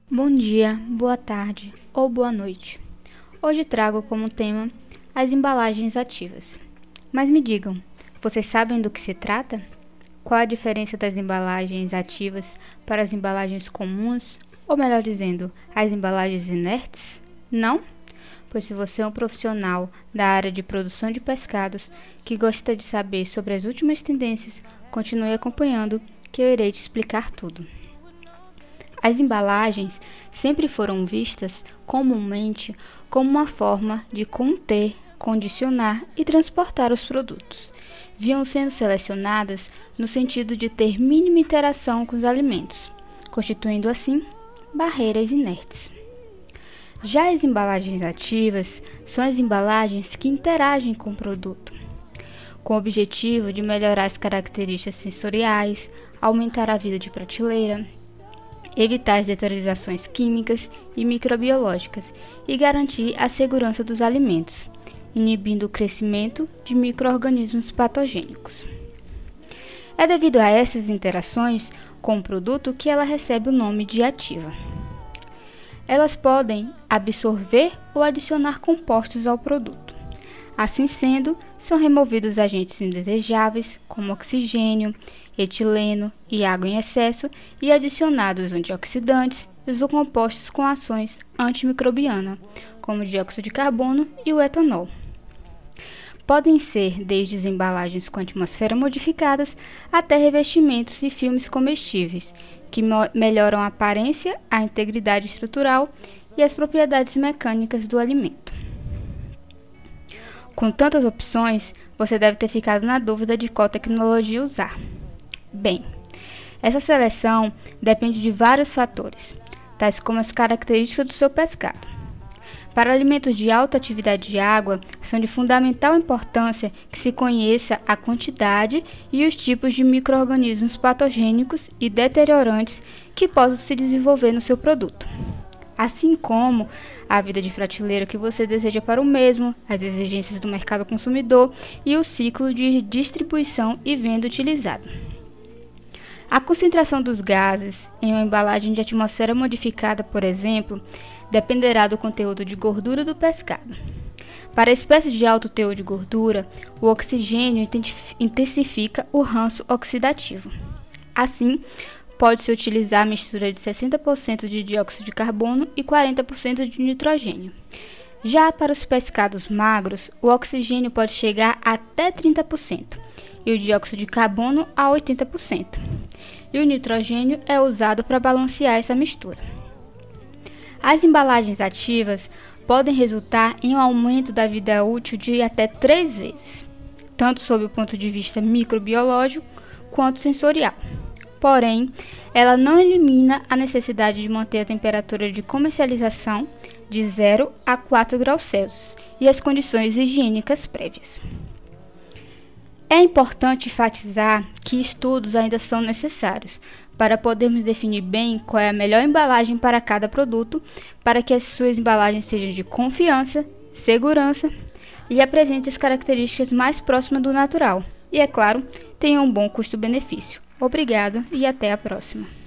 Bom dia, boa tarde ou boa noite. Hoje trago como tema as embalagens ativas. Mas me digam, vocês sabem do que se trata? Qual a diferença das embalagens ativas para as embalagens comuns? Ou melhor dizendo, as embalagens inertes? Não? Pois se você é um profissional da área de produção de pescados que gosta de saber sobre as últimas tendências, continue acompanhando que eu irei te explicar tudo. As embalagens sempre foram vistas comumente como uma forma de conter, condicionar e transportar os produtos. Vinham sendo selecionadas no sentido de ter mínima interação com os alimentos, constituindo assim barreiras inertes. Já as embalagens ativas são as embalagens que interagem com o produto, com o objetivo de melhorar as características sensoriais, aumentar a vida de prateleira, evitar as deteriorações químicas e microbiológicas e garantir a segurança dos alimentos, inibindo o crescimento de micro-organismos patogênicos. É devido a essas interações com o produto que ela recebe o nome de ativa. Elas podem absorver ou adicionar compostos ao produto. Assim sendo, são removidos agentes indesejáveis, como oxigênio, etileno e água em excesso, e adicionados antioxidantes e compostos com ações antimicrobianas, como o dióxido de carbono e o etanol. Podem ser desde embalagens com atmosfera modificadas até revestimentos e filmes comestíveis, que melhoram a aparência, a integridade estrutural e as propriedades mecânicas do alimento. Com tantas opções, você deve ter ficado na dúvida de qual tecnologia usar. Bem, essa seleção depende de vários fatores, tais como as características do seu pescado. Para alimentos de alta atividade de água, são de fundamental importância que se conheça a quantidade e os tipos de micro-organismos patogênicos e deteriorantes que possam se desenvolver no seu produto, assim como a vida de prateleira que você deseja para o mesmo, as exigências do mercado consumidor e o ciclo de distribuição e venda utilizado. A concentração dos gases em uma embalagem de atmosfera modificada, por exemplo, dependerá do conteúdo de gordura do pescado. Para espécies de alto teor de gordura, o oxigênio intensifica o ranço oxidativo. Assim, pode-se utilizar a mistura de 60% de dióxido de carbono e 40% de nitrogênio. Já para os pescados magros, o oxigênio pode chegar até 30% e o dióxido de carbono a 80%. E o nitrogênio é usado para balancear essa mistura. As embalagens ativas podem resultar em um aumento da vida útil de até 3 vezes, tanto sob o ponto de vista microbiológico quanto sensorial. Porém, ela não elimina a necessidade de manter a temperatura de comercialização de 0 a 4 graus Celsius e as condições higiênicas prévias. É importante enfatizar que estudos ainda são necessários para podermos definir bem qual é a melhor embalagem para cada produto, para que as suas embalagens sejam de confiança, segurança e apresentem as características mais próximas do natural. E, é claro, tenham um bom custo-benefício. Obrigado e até a próxima.